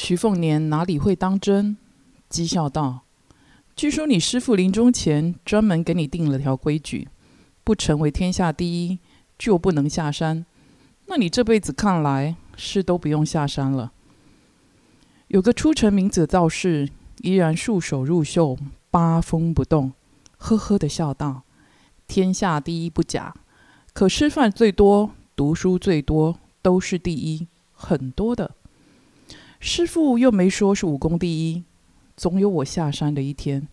徐凤年哪里会当真？讥笑道：据说你师父临终前专门给你定了条规矩，不成为天下第一就不能下山。那你这辈子看来是都不用下山了。有个出尘名子的道士依然束手入袖，八风不动，呵呵地笑道：天下第一不假，可吃饭最多读书最多都是第一，很多的。师父又没说是武功第一，总有我下山的一天。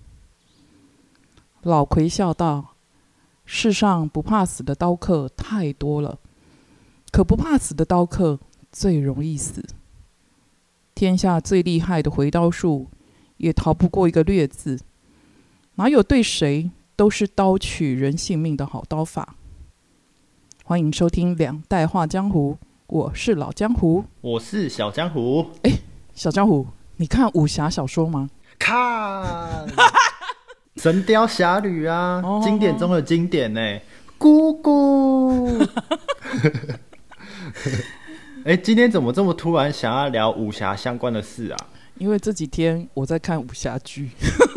老魁笑道：世上不怕死的刀客太多了，可不怕死的刀客最容易死。天下最厉害的回刀术也逃不过一个略字，哪有对谁都是刀取人性命的好刀法。欢迎收听两代话江湖，我是老江湖， 我是小江湖。 小江湖，你看武侠小说吗？ 看神雕侠侣啊，经典中的经典呢。姑姑今天怎么这么突然想要聊武侠相关的事啊？ 因为这几天我在看武侠剧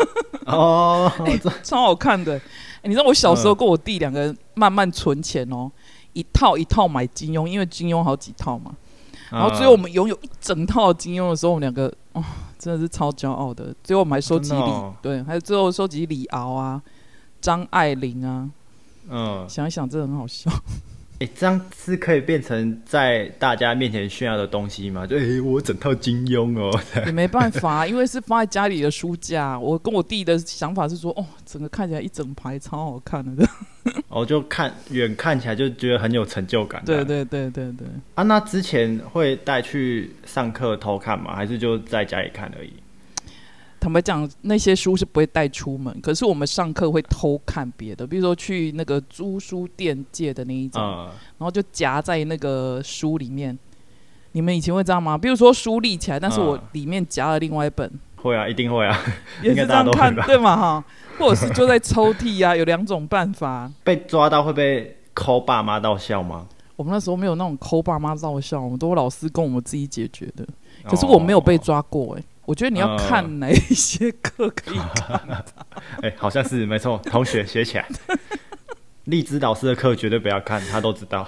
超好看的。你知道我小时候跟我弟两个人慢慢存钱哦，一套一套买金庸，因为金庸好几套嘛。然后最后我们拥有一整套金庸的时候，我们两个真的是超骄傲的。最后我们还收集对，还有最后收集李敖啊、张爱玲啊。想一想真的很好笑。 这样是可以变成在大家面前炫耀的东西吗？就我整套金庸哦。 也没办法，因为是放在家里的书架。我跟我弟的想法是说，整个看起来一整排超好看的。 就远看起来就觉得很有成就感。 对。 那之前会带去上课偷看吗？还是就在家里看而已？ 坦白讲，那些书是不会带出门，可是我们上课会偷看别的，比如说去那个租书店借的那一种，然后就夹在那个书里面。你们以前会这样吗？比如说书立起来，但是我里面夹了另外一本。 会啊，一定会啊， 也是这样看，对吗？或者是就在抽屉啊，有两种办法。 被抓到会被抠爸妈到笑吗？ 我们那时候没有那种抠爸妈到笑，我们都是老师跟我们自己解决的。可是我没有被抓过我觉得你要看哪一些课可以看好像是没错，同学学起来。荔枝老师的课绝对不要看，他都知道。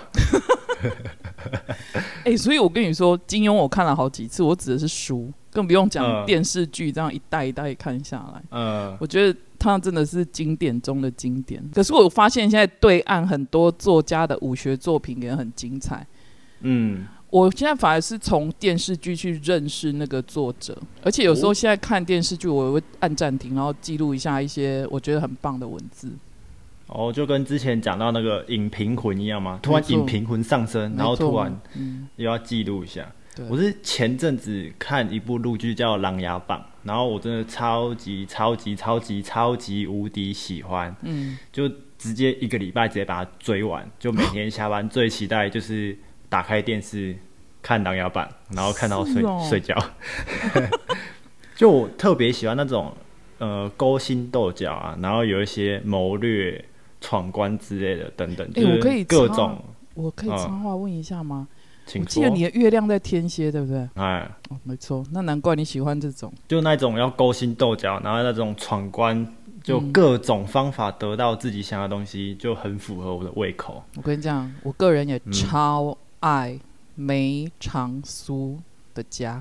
所以我跟你说，金庸我看了好几次，我指的是书，更不用讲电视剧，这样一代一代看下来。我觉得它真的是经典中的经典。可是我发现现在对岸很多作家的武学作品也很精彩。我现在反而是从电视剧去认识那个作者，而且有时候现在看电视剧，我会按暂停，然后记录一下一些我觉得很棒的文字。 就跟之前讲到那个影评魂一样吗？突然影评魂上升，然后突然又要记录一下。我是前阵子看一部陆剧叫《琅琊榜》，然后我真的超级无敌喜欢，就直接一个礼拜直接把它追完，就每天下班最期待就是打开电视看《琅琊榜》，然后看到睡觉。就我特别喜欢那种勾心斗角啊，然后有一些谋略、闯关之类的等等，就是各种。 我可以插话问一下吗？ 请说。 我记得你的月亮在天蝎，对不对？没错，那难怪你喜欢这种， 就那种要勾心斗角，然后那种闯关，就各种方法得到自己想要的东西，就很符合我的胃口。 我跟你讲，我个人也超爱梅长苏的家。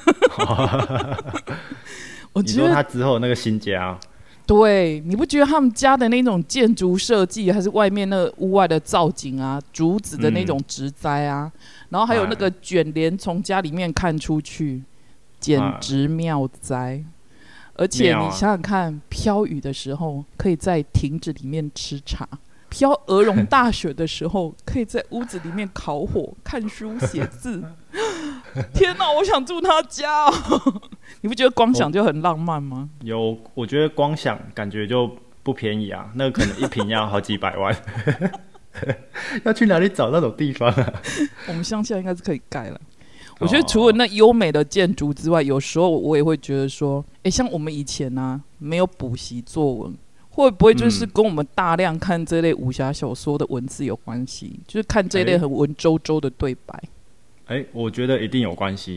你说他之后那个新家对，你不觉得他们家的那种建筑设计，还是外面那个屋外的造景啊，竹子的那种植栽啊，然后还有那个卷帘从家里面看出去，简直妙哉！而且你想想看，飘雨的时候可以在亭子里面吃茶，飘鹅绒大雪的时候可以在屋子里面烤火、看书、写字。天哪，我想住他家你不觉得光想就很浪漫吗？ 有，我觉得光想感觉就不便宜啊，那个可能一坪要好几百万。要去哪里找那种地方啊？ 我们乡下应该是可以盖了。我觉得除了那优美的建筑之外，有时候我也会觉得说，像我们以前啊，没有补习作文，会不会就是跟我们大量看这类武侠小说的文字有关系？就是看这类很文绉绉的对白。 我觉得一定有关系。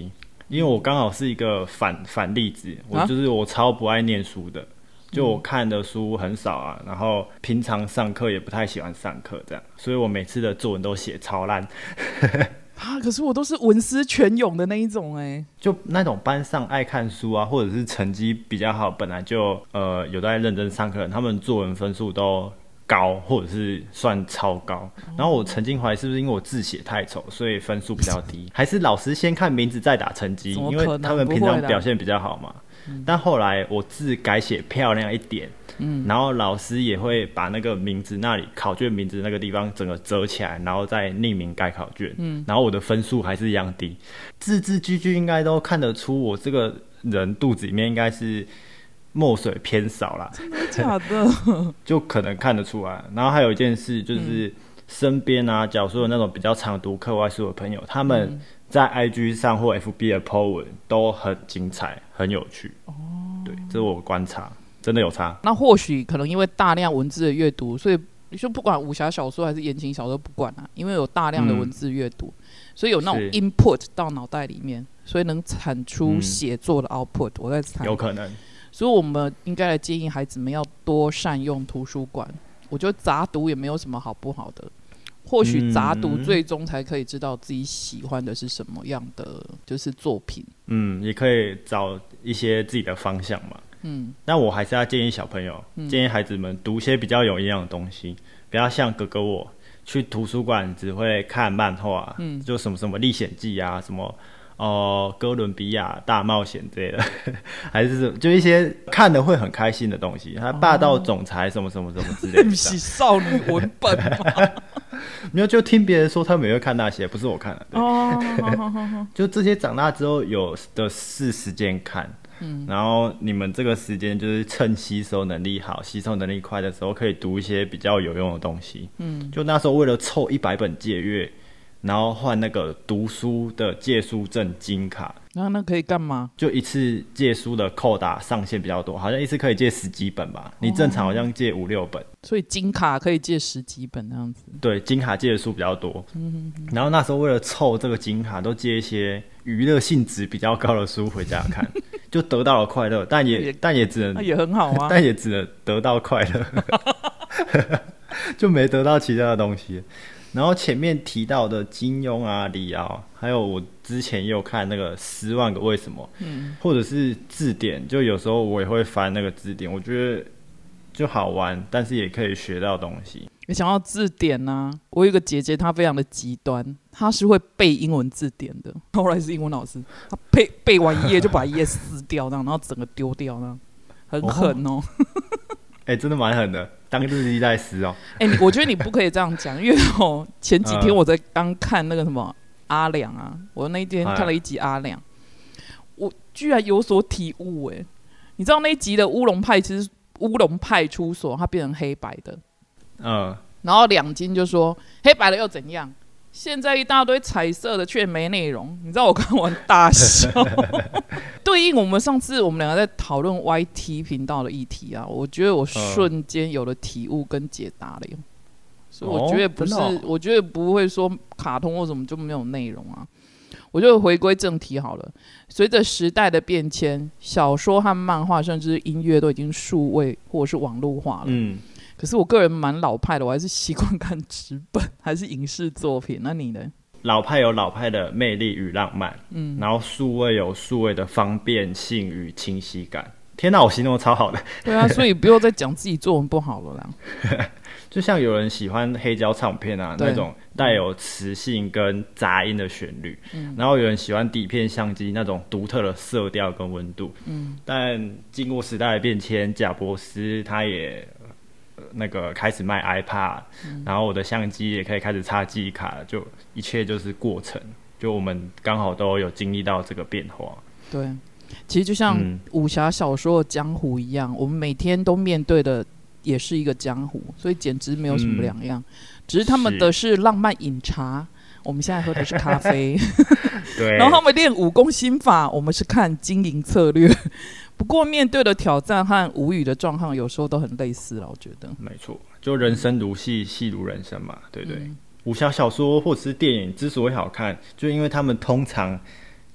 因为我刚好是一个反例子，我超不爱念书的，就我看的书很少啊，然后平常上课也不太喜欢上课这样，所以我每次的作文都写超烂。 可是我都是文思泉涌的那一种就那种班上爱看书啊，或者是成绩比较好，本来就有在认真上课的人，他们作文分数都高，或者是算超高。然后我曾经怀疑是不是因为我字写太丑，所以分数比较低，还是老师先看名字再打成绩，因为他们平常表现比较好嘛。但后来我字改写漂亮一点，然后老师也会把那个名字那里考卷名字那个地方整个折起来，然后再匿名改考卷，然后我的分数还是一样低。字字句句应该都看得出我这个人肚子里面应该是墨水偏少啦。 真的假的？ 就可能看得出来。然后还有一件事就是身边啊，假如说有那种比较常读课外书的朋友，他们在 IG 上或 FB 的 po 文都很精彩很有趣。对，这是我观察，真的有差。 那或许可能因为大量文字的阅读，所以就不管武侠小说还是言情小说不管啊，因为有大量的文字阅读，所以有那种 input 到脑袋里面，所以能产出写作的 output。我在猜， 有可能。 所以我们应该来建议孩子们要多善用图书馆。我觉得杂读也没有什么好不好的，或许杂读最终才可以知道自己喜欢的是什么样的就是作品。也可以找一些自己的方向嘛。但我还是要建议小朋友，建议孩子们读一些比较有营养的东西，不要像哥哥我去图书馆只会看漫画，就什么什么历险记啊，什么哥伦比亚大冒险之类的，还是就一些看的会很开心的东西，他霸道总裁什么什么什么之类的。 不是少女文本吗？ 没有，就听别人说他们也会看那些，不是我看的。就这些长大之后有的是时间看，然后你们这个时间就是趁吸收能力好、吸收能力快的时候，可以读一些比较有用的东西。就那时候为了凑100本借阅，然后换那个读书的借书证金卡。 那可以干嘛？ 就一次借书的扣打上限比较多，好像一次可以借10几本吧，你正常好像借5、6本， 所以金卡可以借10几本那样子。 对，金卡借的书比较多。然后那时候为了凑这个金卡，都借一些娱乐性质比较高的书回家看，就得到了快乐，但也只能也很好啊， 但也只能得到快乐，就没得到其他的东西。然后前面提到的金庸啊、李敖，还有我之前也有看那个《10万个为什么》，或者是字典，就有时候我也会翻那个字典，我觉得就好玩，但是也可以学到东西。 你想到字典啊，我有一个姐姐，她非常的极端，她是会背英文字典的。后来是英文老师，她背完一页就把一页撕掉，然后整个丢掉，很狠哦。 真的蛮狠的，当日历在撕哦。 我觉得你不可以这样讲，因为前几天我在刚看那个什么阿良啊，我那一天看了一集阿良，我居然有所体悟。你知道那一集的乌龙派其实乌龙派出所，它变成黑白的，然后两金就说黑白的又怎样？现在一大堆彩色的却没内容，你知道我看完大笑。对应我们上次我们两个在讨论 YT 频道的议题啊，我觉得我瞬间有了体悟跟解答了哟。所以我觉得不是，我觉得不会说卡通或什么就没有内容啊。我就回归正题好了。随着时代的变迁，小说和漫画甚至音乐都已经数位或者是网络化了。可是我个人蛮老派的，我还是习惯看纸本还是影视作品。那你呢？ 老派有老派的魅力与浪漫，然后数位有数位的方便性与清晰感。天哪，我形容超好的。 对啊，所以不用再讲自己作文不好了啦。 就像有人喜欢黑胶唱片啊，那种带有磁性跟杂音的旋律，然后有人喜欢底片相机那种独特的色调跟温度。但经过时代的变迁，贾伯斯他也那个开始卖 iPad，然后我的相机也可以开始插记忆卡了，就一切就是过程，就我们刚好都有经历到这个变化。 对，其实就像武侠小说的江湖一样，我们每天都面对的也是一个江湖，所以简直没有什么两样，只是他们的是浪漫饮茶，我们现在喝的是咖啡。 对， 然后他们练武功心法，我们是看经营策略。不过面对的挑战和无语的状况有时候都很类似了，我觉得。 没错，就人生如戏，戏如人生嘛，对不对？武侠小说或者是电影之所以好看，就因为他们通常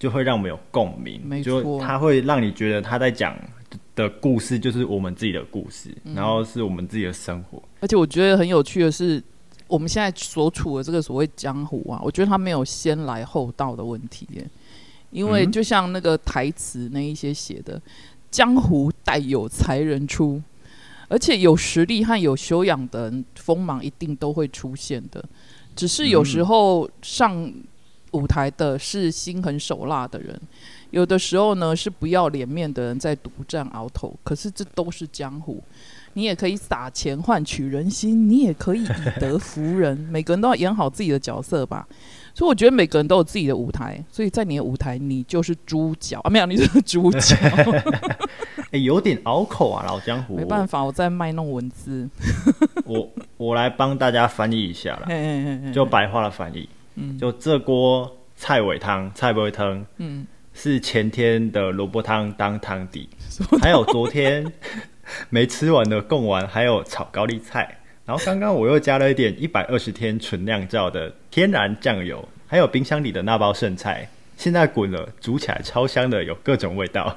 就会让我们有共鸣， 没错， 就它会让你觉得他在讲的故事就是我们自己的故事，然后是我们自己的生活。 而且我觉得很有趣的是，我们现在所处的这个所谓江湖啊，我觉得它没有先来后到的问题耶。因为就像那个台词那一些写的，江湖代有才人出，而且有实力和有修养的人，锋芒一定都会出现的。只是有时候上舞台的是心狠手辣的人，有的时候呢是不要脸面的人在独占鳌头。可是这都是江湖，你也可以撒钱换取人心，你也可以以德服人。每个人都要演好自己的角色吧。所以我觉得每个人都有自己的舞台，所以在你的舞台，你就是猪脚啊，没有，你就是主角。 有点拗口啊，老江湖。 没办法，我在卖弄文字。 我来帮大家翻译一下啦，就白话的翻译。就这锅菜尾汤，菜尾汤，是前天的萝卜汤当汤底，还有昨天没吃完的贡丸，还有炒高丽菜。然后刚刚我又加了一点120天纯酿造的天然酱油，还有冰箱里的那包剩菜，现在滚了，煮起来超香的，有各种味道。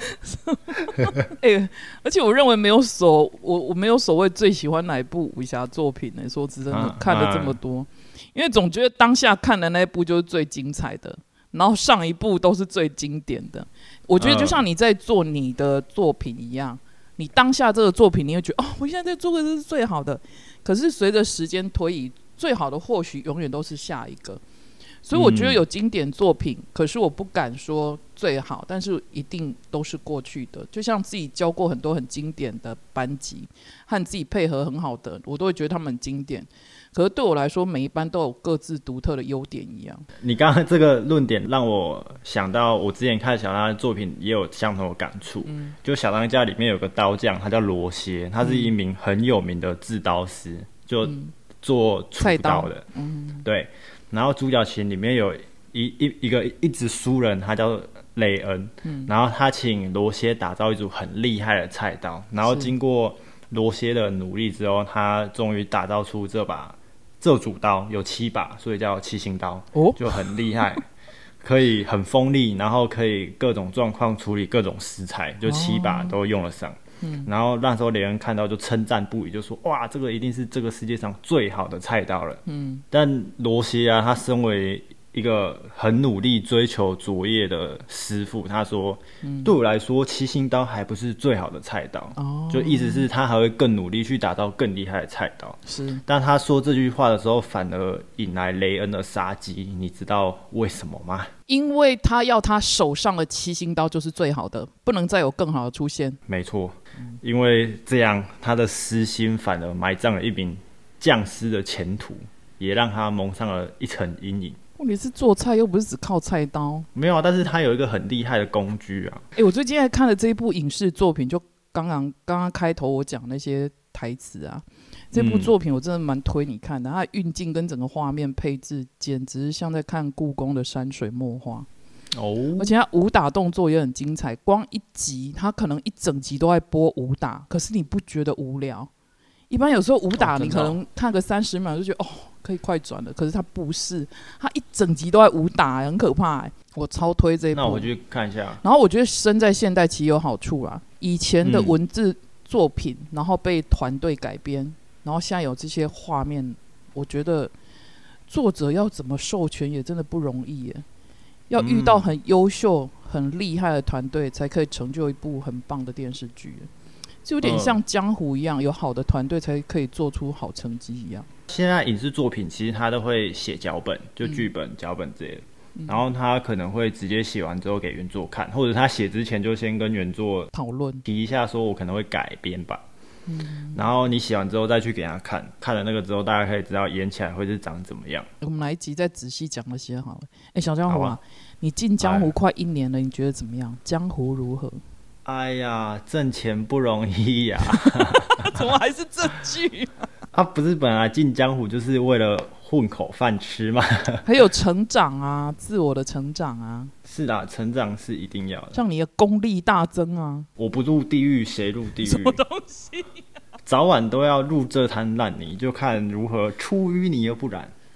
而且我认为没有我没有所谓最喜欢哪一部武侠作品呢？说真的，看了这么多，因为总觉得当下看的那一部就是最精彩的，然后上一部都是最经典的。我觉得就像你在做你的作品一样，你当下这个作品，你会觉得我现在在做的这是最好的。可是随着时间推移，最好的或许永远都是下一个。所以我觉得有经典作品，可是我不敢说最好，但是一定都是过去的。就像自己教过很多很经典的班级，和自己配合很好的，我都会觉得他们很经典。可是对我来说，每一班都有各自独特的优点一样。 你刚刚这个论点让我想到，我之前看小当家的作品也有相同的感触。就小当家里面有个刀匠，他叫罗歇，他是一名很有名的制刀师，就做厨刀的。对。然后主角群里面有一直输人，他叫雷恩。然后他请罗歇打造一组很厉害的菜刀，然后经过罗歇的努力之后，他终于打造出这组刀有7把，所以叫7星刀，就很厉害，可以很锋利，然后可以各种状况处理各种食材，就7把都用得上。然后那时候雷恩看到就称赞不已，就说哇，这个一定是这个世界上最好的菜刀了。但罗歇啊，他身为一个很努力追求卓越的师傅，他说，对我来说7星刀还不是最好的菜刀。就意思是他还会更努力去打造更厉害的菜刀。是，但他说这句话的时候，反而引来雷恩的杀机，你知道为什么吗？ 因为他要他手上的7星刀就是最好的，不能再有更好的出现。 没错，因为这样他的私心反而埋葬了一名匠师的前途，也让他蒙上了一层阴影。 你是做菜又不是只靠菜刀。 没有啊，但是他有一个很厉害的工具啊。 我最近在看的这一部影视作品，就刚刚开头我讲那些台词啊，这部作品我真的蛮推你看的，它的运镜跟整个画面配置简直像在看故宫的山水墨画。而且它武打动作也很精彩，光一集它可能一整集都在播武打，可是你不觉得无聊？一般有时候武打你可能看个30秒就觉得可以快转了，可是它不是，它一整集都在武打，很可怕。我超推这一部， 那我去看一下。 然后我觉得身在现代其实有好处啦，以前的文字作品，然后被团队改编，然后现在有这些画面，我觉得作者要怎么授权也真的不容易耶，要遇到很优秀、很厉害的团队，才可以成就一部很棒的电视剧。就有点像江湖一样，有好的团队才可以做出好成绩一样。 现在影视作品其实他都会写脚本，就剧本、脚本之类的，然后他可能会直接写完之后给原作看，或者他写之前就先跟原作讨论， 提一下说我可能会改编吧。然后你写完之后再去给他看，看了那个之后，大家可以知道演起来会是长怎么样。 我们来一集再仔细讲那些好了。小江湖啊，你进江湖快1年了，你觉得怎么样？江湖如何？ 哎呀，挣钱不容易呀！ 怎么还是这句啊？不是本来进江湖就是为了混口饭吃吗？ 还有成长啊，自我的成长啊。 是的，成长是一定要的。 像你的功力大增啊！ 我不入地狱谁入地狱？ 什么东西？ 早晚都要入这滩烂泥，就看如何出淤泥而不染。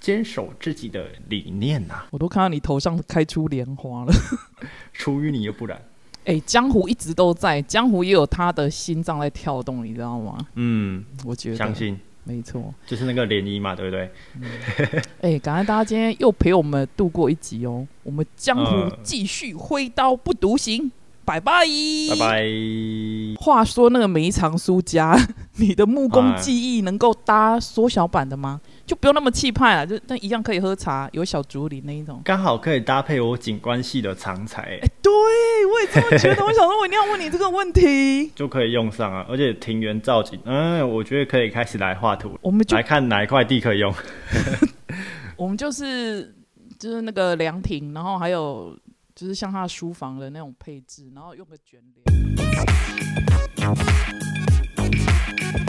坚守自己的理念啊。 我都看到你头上开出莲花了。 出淤泥而不染。 江湖一直都在，江湖也有他的心脏在跳动，你知道吗？我觉得相信没错，就是那个涟漪嘛，对不对？感谢大家今天又陪我们度过一集哦。我们江湖继续挥刀不独行，拜拜拜拜。 话说那个梅长苏家，你的木工技艺能够搭缩小版的吗？就不用那么气派了，就但一样可以喝茶，有小竹林那一种， 刚好可以搭配我景观系的长才。 对，我也这么觉得。我想说，我一定要问你这个问题， 就可以用上啊。而且庭园造景，我觉得可以开始来画图， 我们就来看哪一块地可以用。 我们就是那个凉亭，然后还有就是像他的书房的那种配置，然后用个卷帘。